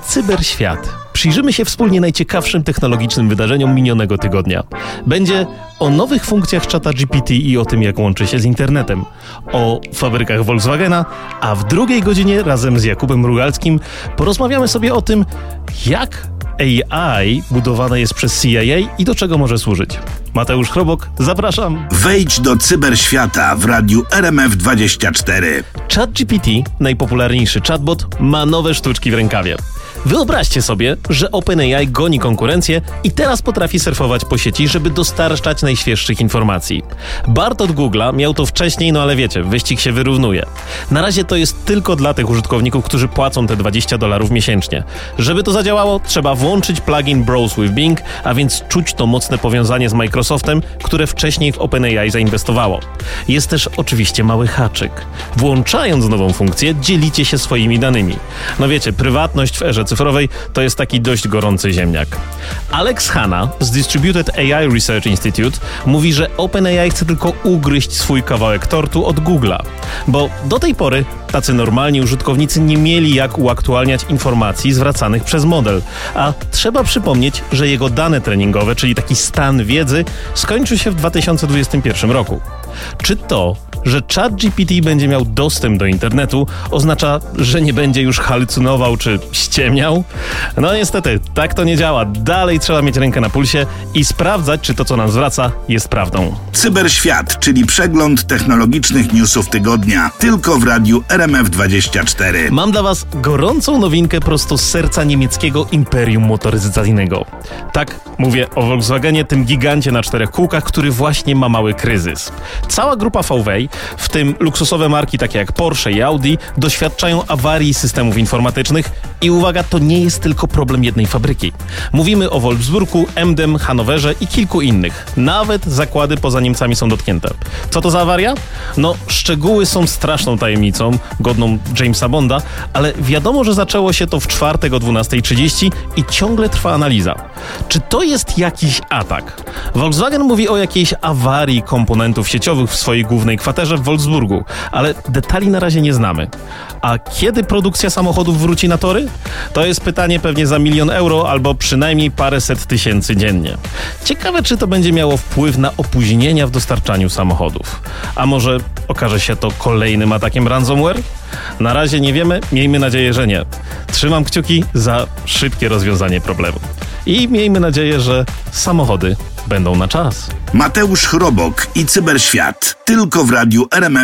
Cyberświat. Przyjrzymy się wspólnie najciekawszym technologicznym wydarzeniom minionego tygodnia. Będzie o nowych funkcjach czata GPT i o tym, jak łączy się z internetem. O fabrykach Volkswagena, a w drugiej godzinie razem z Jakubem Mrugalskim porozmawiamy sobie o tym, jak AI budowane jest przez CIA i do czego może służyć. Mateusz Chrobok, zapraszam. Wejdź do cyberświata w radiu RMF24. ChatGPT, najpopularniejszy chatbot, ma nowe sztuczki w rękawie. Wyobraźcie sobie, że OpenAI goni konkurencję i teraz potrafi surfować po sieci, żeby dostarczać najświeższych informacji. Bart od Google'a miał to wcześniej, no ale wiecie, wyścig się wyrównuje. Na razie to jest tylko dla tych użytkowników, którzy płacą te $20 miesięcznie. Żeby to zadziałało, trzeba włączyć plugin Browse with Bing, a więc czuć to mocne powiązanie z Microsoftem, które wcześniej w OpenAI zainwestowało. Jest też oczywiście mały haczyk. Włączając nową funkcję, dzielicie się swoimi danymi. No wiecie, prywatność w erze cyfrowej to jest taki dość gorący ziemniak. Alex Hanna z Distributed AI Research Institute mówi, że OpenAI chce tylko ugryźć swój kawałek tortu od Google'a, bo do tej pory tacy normalni użytkownicy nie mieli jak uaktualniać informacji zwracanych przez model, a trzeba przypomnieć, że jego dane treningowe, czyli taki stan wiedzy, skończy się w 2021 roku. Czy to, że ChatGPT będzie miał dostęp do internetu, oznacza, że nie będzie już halucynował czy ściemniał? No niestety, tak to nie działa. Dalej trzeba mieć rękę na pulsie i sprawdzać, czy to, co nam zwraca, jest prawdą. Cyberświat, czyli przegląd technologicznych newsów tygodnia. Tylko w radiu RMF24. Mam dla was gorącą nowinkę prosto z serca niemieckiego imperium motoryzacyjnego. Tak, mówię o Volkswagenie, tym gigancie na 4 kółkach, który właśnie ma mały kryzys. Cała grupa VW, w tym luksusowe marki takie jak Porsche i Audi, doświadczają awarii systemów informatycznych i uwaga, to nie jest tylko problem jednej fabryki. Mówimy o Wolfsburgu, Emden, Hanowerze i kilku innych. Nawet zakłady poza Niemcami są dotknięte. Co to za awaria? No, szczegóły są straszną tajemnicą, godną Jamesa Bonda, ale wiadomo, że zaczęło się to w czwartek o 12:30 i ciągle trwa analiza. Czy to jest jakiś atak? Volkswagen mówi o jakiejś awarii komponentów sieciowych w swojej głównej kwaterze w Wolfsburgu, ale detali na razie nie znamy. A kiedy produkcja samochodów wróci na tory? To jest pytanie pewnie za 1 000 000 euro albo przynajmniej paręset tysięcy dziennie. Ciekawe, czy to będzie miało wpływ na opóźnienia w dostarczaniu samochodów. A może okaże się to kolejnym atakiem ransomware? Na razie nie wiemy, miejmy nadzieję, że nie. Trzymam kciuki za szybkie rozwiązanie problemu. I miejmy nadzieję, że samochody będą na czas. Mateusz Chrobok i Cyberświat. Tylko w radiu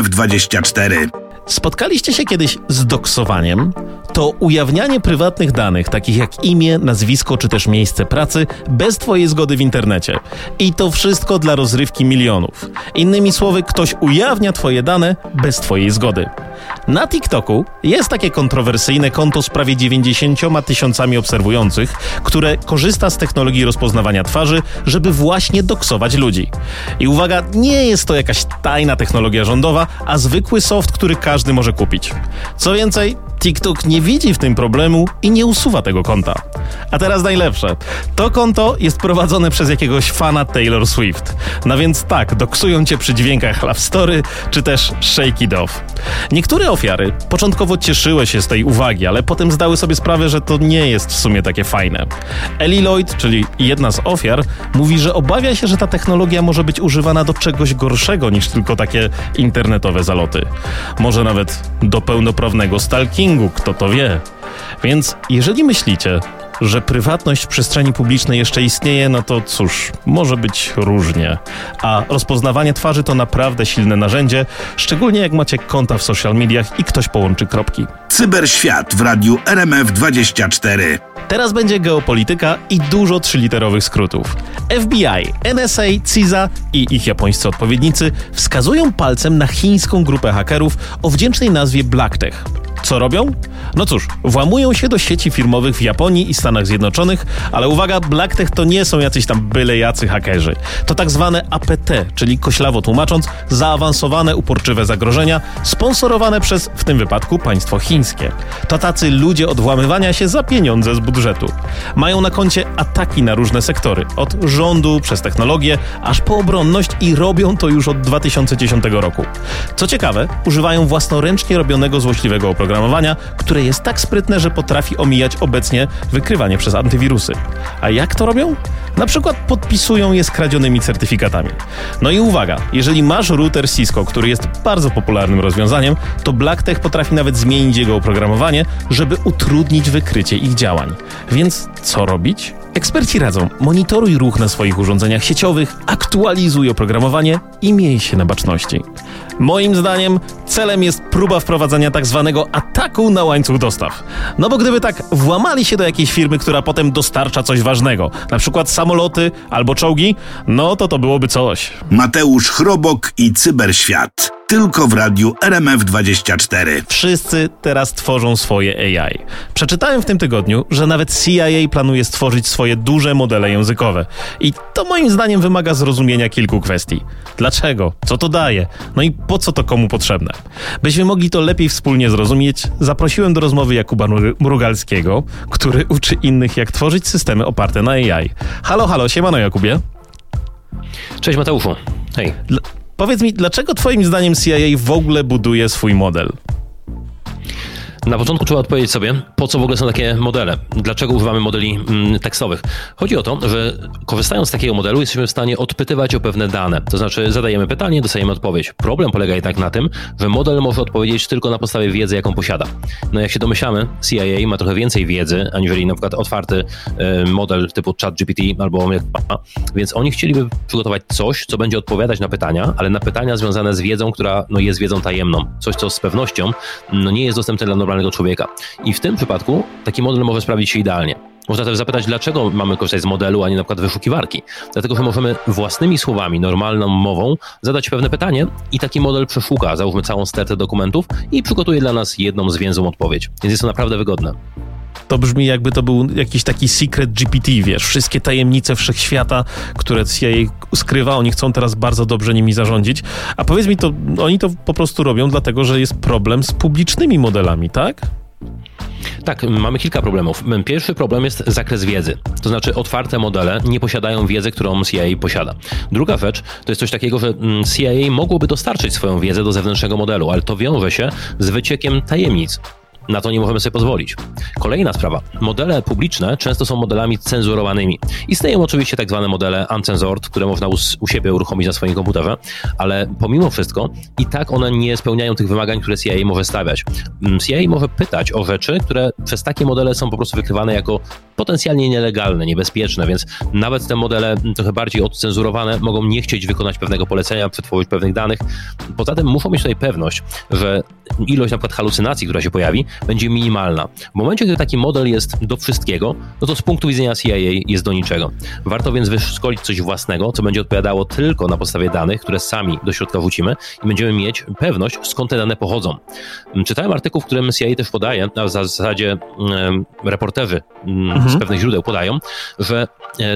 RMF24. Spotkaliście się kiedyś z doksowaniem? To ujawnianie prywatnych danych, takich jak imię, nazwisko czy też miejsce pracy, bez twojej zgody w internecie. I to wszystko dla rozrywki milionów. Innymi słowy, ktoś ujawnia twoje dane bez twojej zgody. Na TikToku jest takie kontrowersyjne konto z prawie 90 000 obserwujących, które korzysta z technologii rozpoznawania twarzy, żeby właśnie doksować ludzi. I uwaga, nie jest to jakaś tajna technologia rządowa, a zwykły soft, który każdy może kupić. Co więcej, TikTok nie widzi w tym problemu i nie usuwa tego konta. A teraz najlepsze. To konto jest prowadzone przez jakiegoś fana Taylor Swift. No więc tak, doksują cię przy dźwiękach Love Story czy też Shake It Off. Niektóre ofiary początkowo cieszyły się z tej uwagi, ale potem zdały sobie sprawę, że to nie jest w sumie takie fajne. Ellie Lloyd, czyli jedna z ofiar, mówi, że obawia się, że ta technologia może być używana do czegoś gorszego niż tylko takie internetowe zaloty. Może nawet do pełnoprawnego stalkingu, kto to wie. Więc jeżeli myślicie, że prywatność w przestrzeni publicznej jeszcze istnieje, no to cóż, może być różnie. A rozpoznawanie twarzy to naprawdę silne narzędzie, szczególnie jak macie konta w social mediach i ktoś połączy kropki. Cyberświat w radiu RMF24. Teraz będzie geopolityka i dużo 3-literowych skrótów. FBI, NSA, CISA i ich japońscy odpowiednicy wskazują palcem na chińską grupę hakerów o wdzięcznej nazwie BlackTech. Co robią? No cóż, włamują się do sieci firmowych w Japonii i Stanach Zjednoczonych, ale uwaga, BlackTech to nie są jacyś tam byle jacy hakerzy. To tak zwane APT, czyli koślawo tłumacząc, zaawansowane uporczywe zagrożenia, sponsorowane przez, w tym wypadku, państwo chińskie. To tacy ludzie od włamywania się za pieniądze z budżetu. Mają na koncie ataki na różne sektory, od rządu przez technologię, aż po obronność i robią to już od 2010 roku. Co ciekawe, używają własnoręcznie robionego złośliwego oprogramowania, oprogramowania, które jest tak sprytne, że potrafi omijać obecnie wykrywanie przez antywirusy. A jak to robią? Na przykład podpisują je skradzionymi certyfikatami. No i uwaga, jeżeli masz router Cisco, który jest bardzo popularnym rozwiązaniem, to BlackTech potrafi nawet zmienić jego oprogramowanie, żeby utrudnić wykrycie ich działań. Więc co robić? Eksperci radzą: monitoruj ruch na swoich urządzeniach sieciowych, aktualizuj oprogramowanie i miej się na baczności. Moim zdaniem celem jest próba wprowadzenia tak zwanego ataku na łańcuch dostaw. No bo gdyby tak włamali się do jakiejś firmy, która potem dostarcza coś ważnego, na przykład samoloty albo czołgi, no to byłoby coś. Mateusz Chrobok i Cyberświat. Tylko w radiu RMF24. Wszyscy teraz tworzą swoje AI. Przeczytałem w tym tygodniu, że nawet CIA planuje stworzyć swoje duże modele językowe. I to moim zdaniem wymaga zrozumienia kilku kwestii. Dlaczego? Co to daje? No i po co to komu potrzebne? Byśmy mogli to lepiej wspólnie zrozumieć, zaprosiłem do rozmowy Jakuba Mrugalskiego, który uczy innych, jak tworzyć systemy oparte na AI. Halo, siemano Jakubie. Cześć Mateuszu. Hej. Powiedz mi, dlaczego twoim zdaniem CIA w ogóle buduje swój model? Na początku trzeba odpowiedzieć sobie, po co w ogóle są takie modele? Dlaczego używamy modeli tekstowych? Chodzi o to, że korzystając z takiego modelu jesteśmy w stanie odpytywać o pewne dane. To znaczy zadajemy pytanie, dostajemy odpowiedź. Problem polega jednak na tym, że model może odpowiedzieć tylko na podstawie wiedzy, jaką posiada. No jak się domyślamy, CIA ma trochę więcej wiedzy, aniżeli na przykład otwarty model typu ChatGPT albo więc oni chcieliby przygotować coś, co będzie odpowiadać na pytania, ale na pytania związane z wiedzą, która jest wiedzą tajemną. Coś, co z pewnością nie jest dostępne dla normalnego człowieka. I w tym przypadku taki model może sprawdzić się idealnie. Można też zapytać, dlaczego mamy korzystać z modelu, a nie na przykład wyszukiwarki. Dlatego, że możemy własnymi słowami, normalną mową zadać pewne pytanie i taki model przeszuka, załóżmy całą stertę dokumentów i przygotuje dla nas jedną zwięzłą odpowiedź. Więc jest to naprawdę wygodne. To brzmi, jakby to był jakiś taki secret GPT, wiesz, wszystkie tajemnice wszechświata, które CIA skrywa, oni chcą teraz bardzo dobrze nimi zarządzić. A powiedz mi, to oni to po prostu robią dlatego, że jest problem z publicznymi modelami, tak? Tak, mamy kilka problemów. Pierwszy problem jest zakres wiedzy. To znaczy otwarte modele nie posiadają wiedzy, którą CIA posiada. Druga rzecz to jest coś takiego, że CIA mogłoby dostarczyć swoją wiedzę do zewnętrznego modelu, ale to wiąże się z wyciekiem tajemnic. Na to nie możemy sobie pozwolić. Kolejna sprawa. Modele publiczne często są modelami cenzurowanymi. Istnieją oczywiście tak zwane modele uncensored, które można u siebie uruchomić na swoim komputerze, ale pomimo wszystko i tak one nie spełniają tych wymagań, które CIA może stawiać. CIA może pytać o rzeczy, które przez takie modele są po prostu wykrywane jako potencjalnie nielegalne, niebezpieczne, więc nawet te modele trochę bardziej odcenzurowane mogą nie chcieć wykonać pewnego polecenia, przetworzyć pewnych danych. Poza tym muszą mieć tutaj pewność, że ilość na przykład halucynacji, która się pojawi, będzie minimalna. W momencie, gdy taki model jest do wszystkiego, no to z punktu widzenia CIA jest do niczego. Warto więc wyszkolić coś własnego, co będzie odpowiadało tylko na podstawie danych, które sami do środka wrzucimy i będziemy mieć pewność, skąd te dane pochodzą. Czytałem artykuł, w którym CIA też podaje, a w zasadzie reporterzy z pewnych źródeł podają, że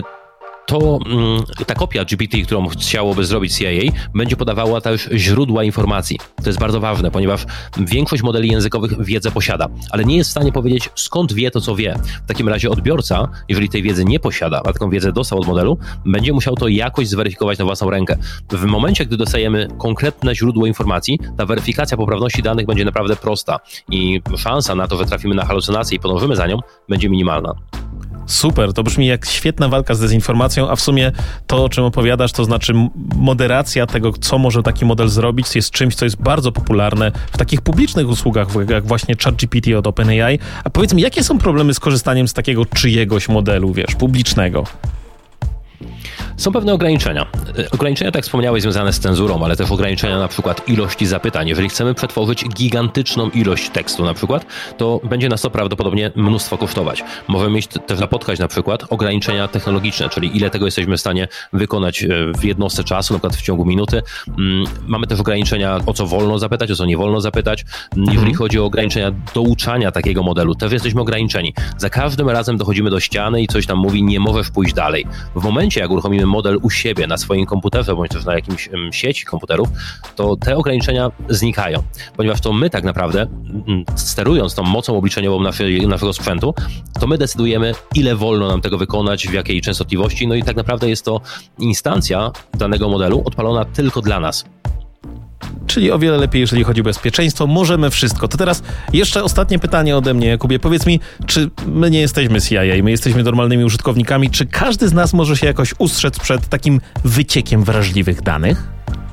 ta kopia GPT, którą chciałoby zrobić CIA, będzie podawała też źródła informacji. To jest bardzo ważne, ponieważ większość modeli językowych wiedzę posiada, ale nie jest w stanie powiedzieć, skąd wie to, co wie. W takim razie odbiorca, jeżeli tej wiedzy nie posiada, a taką wiedzę dostał od modelu, będzie musiał to jakoś zweryfikować na własną rękę. W momencie, gdy dostajemy konkretne źródło informacji, ta weryfikacja poprawności danych będzie naprawdę prosta i szansa na to, że trafimy na halucynację i podążymy za nią, będzie minimalna. Super, to brzmi jak świetna walka z dezinformacją, a w sumie to, o czym opowiadasz, to znaczy moderacja tego, co może taki model zrobić, jest czymś, co jest bardzo popularne w takich publicznych usługach, jak właśnie ChatGPT od OpenAI. A powiedz mi, jakie są problemy z korzystaniem z takiego czyjegoś modelu, publicznego? Są pewne ograniczenia. Ograniczenia, tak jak wspomniałeś, związane z cenzurą, ale też ograniczenia na przykład ilości zapytań. Jeżeli chcemy przetworzyć gigantyczną ilość tekstu na przykład, to będzie nas to prawdopodobnie mnóstwo kosztować. Możemy mieć też napotkać na przykład ograniczenia technologiczne, czyli ile tego jesteśmy w stanie wykonać w jednostce czasu, na przykład w ciągu minuty. Mamy też ograniczenia, o co wolno zapytać, o co nie wolno zapytać. Jeżeli chodzi o ograniczenia douczania takiego modelu, też jesteśmy ograniczeni. Za każdym razem dochodzimy do ściany i coś tam mówi, nie możesz pójść dalej. W momencie, jak uruchomimy model u siebie, na swoim komputerze, bądź też na jakimś sieci komputerów, to te ograniczenia znikają, ponieważ to my tak naprawdę, sterując tą mocą obliczeniową naszego sprzętu, to my decydujemy, ile wolno nam tego wykonać, w jakiej częstotliwości, no i tak naprawdę jest to instancja danego modelu odpalona tylko dla nas. czyli o wiele lepiej, jeżeli chodzi o bezpieczeństwo. Możemy wszystko. To teraz jeszcze ostatnie pytanie ode mnie, Jakubie. Powiedz mi, czy my nie jesteśmy CIA, my jesteśmy normalnymi użytkownikami, czy każdy z nas może się jakoś ustrzec przed takim wyciekiem wrażliwych danych?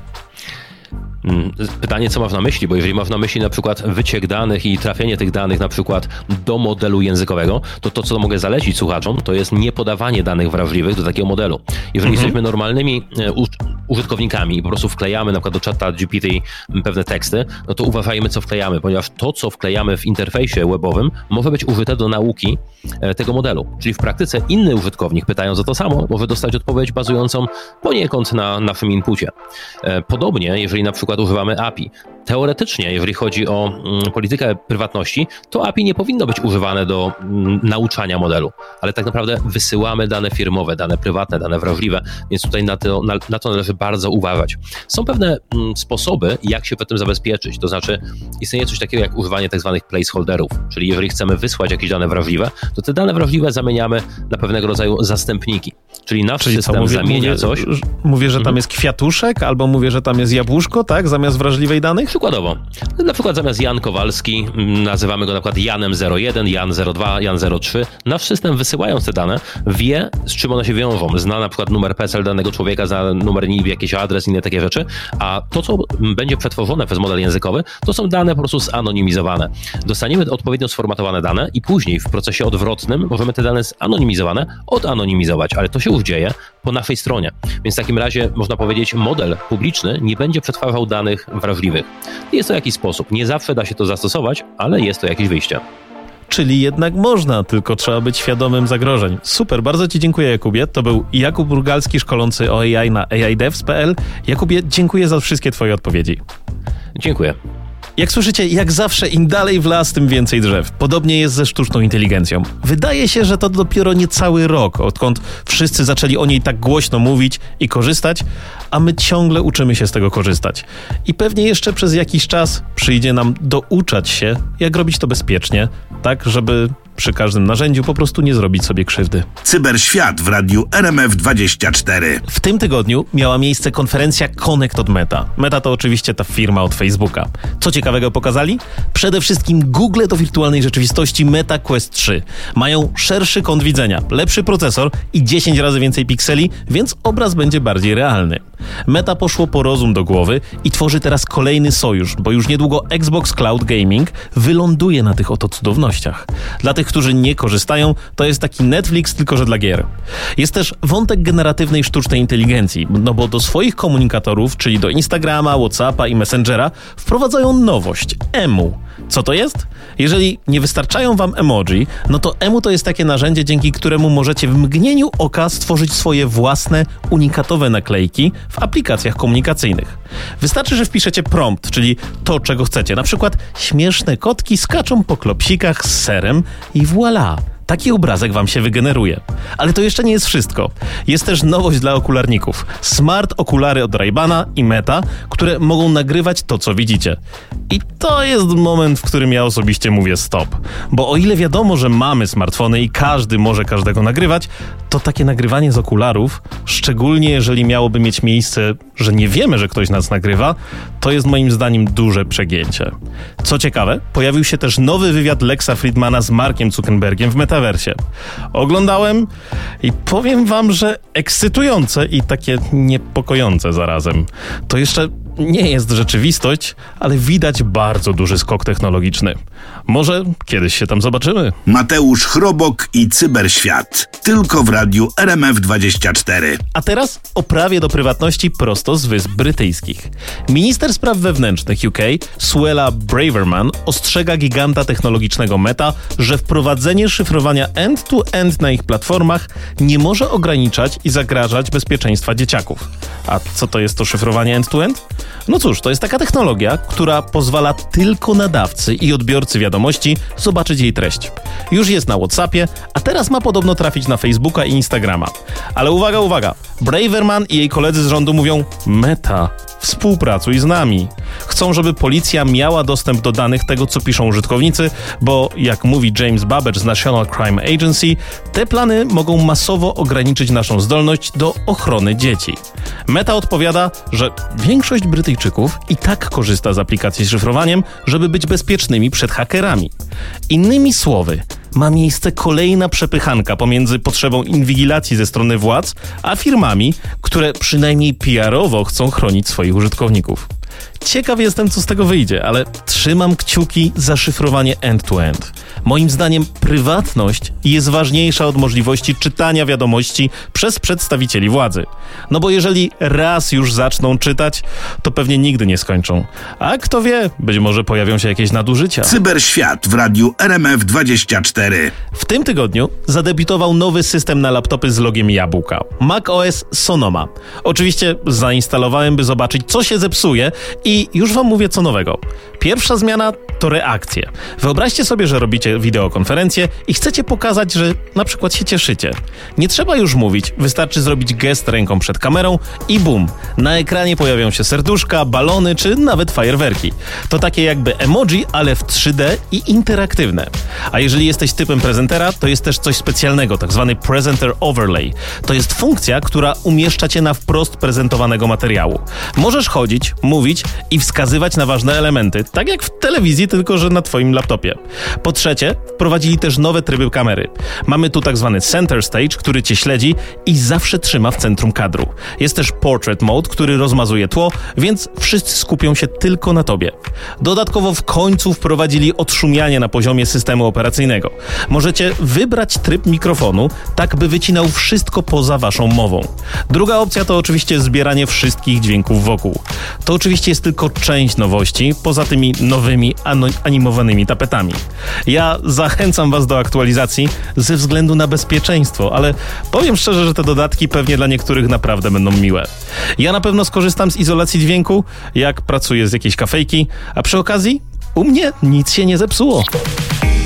Pytanie, co masz na myśli, bo jeżeli masz na myśli na przykład wyciek danych i trafienie tych danych na przykład do modelu językowego, to co mogę zalecić słuchaczom, to jest nie podawanie danych wrażliwych do takiego modelu. Jeżeli jesteśmy normalnymi użytkownikami i po prostu wklejamy na przykład do czata GPT pewne teksty, no to uważajmy, co wklejamy, ponieważ to, co wklejamy w interfejsie webowym, może być użyte do nauki tego modelu. Czyli w praktyce inny użytkownik, pytając o to samo, może dostać odpowiedź bazującą poniekąd na naszym inpucie. Podobnie, jeżeli na przykład używamy API. Teoretycznie, jeżeli chodzi o politykę prywatności, to API nie powinno być używane do nauczania modelu, ale tak naprawdę wysyłamy dane firmowe, dane prywatne, dane wrażliwe, więc tutaj na to należy bardzo uważać. Są pewne sposoby, jak się przed tym zabezpieczyć, to znaczy istnieje coś takiego jak używanie tak zwanych placeholderów, czyli jeżeli chcemy wysłać jakieś dane wrażliwe, to te dane wrażliwe zamieniamy na pewnego rodzaju zastępniki, czyli nasz system zamienia coś. Mówię, że tam jest kwiatuszek, albo mówię, że tam jest jabłuszko, tak, zamiast wrażliwej danych? Przykładowo. Na przykład zamiast Jan Kowalski nazywamy go na przykład Janem 01, Jan 02, Jan 03. Nasz system, wysyłając te dane, wie, z czym one się wiążą. Zna na przykład numer PESEL danego człowieka, zna numer NIP, jakiś adres, inne takie rzeczy, a to, co będzie przetworzone przez model językowy, to są dane po prostu zanonimizowane. Dostaniemy odpowiednio sformatowane dane i później w procesie odwrotnym możemy te dane zanonimizowane odanonimizować, ale to się już dzieje po naszej stronie. Więc w takim razie można powiedzieć, model publiczny nie będzie przetwarzał danych wrażliwych. Jest to jakiś sposób. Nie zawsze da się to zastosować, ale jest to jakieś wyjście. Czyli jednak można, tylko trzeba być świadomym zagrożeń. Super, bardzo Ci dziękuję, Jakubie. To był Jakub Burgalski, szkolący o AI na AIDevs.pl. Jakubie, dziękuję za wszystkie Twoje odpowiedzi. Dziękuję. Jak słyszycie, jak zawsze im dalej w las, tym więcej drzew. Podobnie jest ze sztuczną inteligencją. Wydaje się, że to dopiero niecały rok, odkąd wszyscy zaczęli o niej tak głośno mówić i korzystać, a my ciągle uczymy się z tego korzystać. I pewnie jeszcze przez jakiś czas przyjdzie nam douczać się, jak robić to bezpiecznie, tak żeby przy każdym narzędziu po prostu nie zrobić sobie krzywdy. Cyberświat w radiu RMF24. W tym tygodniu miała miejsce konferencja Connect od Meta. Meta to oczywiście ta firma od Facebooka. Co ciekawego pokazali? Przede wszystkim Google do wirtualnej rzeczywistości Meta Quest 3. Mają szerszy kąt widzenia, lepszy procesor i 10 razy więcej pikseli, więc obraz będzie bardziej realny. Meta poszło po rozum do głowy i tworzy teraz kolejny sojusz, bo już niedługo Xbox Cloud Gaming wyląduje na tych oto cudownościach. Dla tych, którzy nie korzystają, to jest taki Netflix, tylko że dla gier. Jest też wątek generatywnej sztucznej inteligencji, no bo do swoich komunikatorów, czyli do Instagrama, Whatsappa i Messengera, wprowadzają nowość – EMU. Co to jest? Jeżeli nie wystarczają wam emoji, no to EMU to jest takie narzędzie, dzięki któremu możecie w mgnieniu oka stworzyć swoje własne, unikatowe naklejki w aplikacjach komunikacyjnych. Wystarczy, że wpiszecie prompt, czyli to, czego chcecie. Na przykład śmieszne kotki skaczą po klopsikach z serem i voilà! Taki obrazek wam się wygeneruje. Ale to jeszcze nie jest wszystko. Jest też nowość dla okularników. Smart okulary od Ray-Bana i Meta, które mogą nagrywać to, co widzicie. I to jest moment, w którym ja osobiście mówię stop. Bo o ile wiadomo, że mamy smartfony i każdy może każdego nagrywać, to takie nagrywanie z okularów, szczególnie jeżeli miałoby mieć miejsce, że nie wiemy, że ktoś nas nagrywa, to jest moim zdaniem duże przegięcie. Co ciekawe, pojawił się też nowy wywiad Lexa Fridmana z Markiem Zuckerbergiem w metaversie. Oglądałem i powiem wam, że ekscytujące i takie niepokojące zarazem. To jeszcze nie jest rzeczywistość, ale widać bardzo duży skok technologiczny. Może kiedyś się tam zobaczymy. Mateusz Chrobok i Cyberświat. Tylko w radiu RMF24. A teraz o prawie do prywatności prosto z Wysp Brytyjskich. Minister spraw wewnętrznych UK, Suella Braverman, ostrzega giganta technologicznego Meta, że wprowadzenie szyfrowania end-to-end na ich platformach nie może ograniczać i zagrażać bezpieczeństwa dzieciaków. A co to jest to szyfrowanie end-to-end? No cóż, to jest taka technologia, która pozwala tylko nadawcy i odbiorcy wiadomości zobaczyć jej treść. Już jest na WhatsAppie, a teraz ma podobno trafić na Facebooka i Instagrama. Ale uwaga, uwaga! Braverman i jej koledzy z rządu mówią: Meta, współpracuj z nami. Chcą, żeby policja miała dostęp do danych tego, co piszą użytkownicy, bo jak mówi James Babbage z National Crime Agency, te plany mogą masowo ograniczyć naszą zdolność do ochrony dzieci. Meta odpowiada, że większość Brytyjczyków i tak korzysta z aplikacji z szyfrowaniem, żeby być bezpiecznymi przed hakerami. Innymi słowy, ma miejsce kolejna przepychanka pomiędzy potrzebą inwigilacji ze strony władz, a firmami, które przynajmniej PR-owo chcą chronić swoich użytkowników. Ciekaw jestem, co z tego wyjdzie, ale trzymam kciuki za szyfrowanie end-to-end. Moim zdaniem prywatność jest ważniejsza od możliwości czytania wiadomości przez przedstawicieli władzy. No bo jeżeli raz już zaczną czytać, to pewnie nigdy nie skończą. A kto wie, być może pojawią się jakieś nadużycia. Cyberświat w radiu RMF24. W tym tygodniu zadebiutował nowy system na laptopy z logiem jabłka. macOS Sonoma. Oczywiście zainstalowałem, by zobaczyć, co się zepsuje i już wam mówię, co nowego. Pierwsza zmiana to reakcje. Wyobraźcie sobie, że robicie wideokonferencję i chcecie pokazać, że na przykład się cieszycie. Nie trzeba już mówić, wystarczy zrobić gest ręką przed kamerą i bum, na ekranie pojawią się serduszka, balony czy nawet fajerwerki. To takie jakby emoji, ale w 3D i interaktywne. A jeżeli jesteś typem prezentera, to jest też coś specjalnego, tak zwany Presenter Overlay. To jest funkcja, która umieszcza cię na wprost prezentowanego materiału. Możesz chodzić, mówić i wskazywać na ważne elementy, tak jak w telewizji, tylko że na twoim laptopie. Po trzecie, wprowadzili też nowe tryby kamery. Mamy tu tak zwany Center Stage, który cię śledzi i zawsze trzyma w centrum kadru. Jest też Portrait Mode, który rozmazuje tło, więc wszyscy skupią się tylko na tobie. Dodatkowo w końcu wprowadzili odszumianie na poziomie systemu operacyjnego. Możecie wybrać tryb mikrofonu, tak by wycinał wszystko poza waszą mową. Druga opcja to oczywiście zbieranie wszystkich dźwięków wokół. To oczywiście jest tylko część nowości, poza tymi nowymi animowanymi tapetami. Ja zachęcam was do aktualizacji ze względu na bezpieczeństwo, ale powiem szczerze, że te dodatki pewnie dla niektórych naprawdę będą miłe. Ja na pewno skorzystam z izolacji dźwięku, jak pracuję z jakiejś kafejki, a przy okazji u mnie nic się nie zepsuło.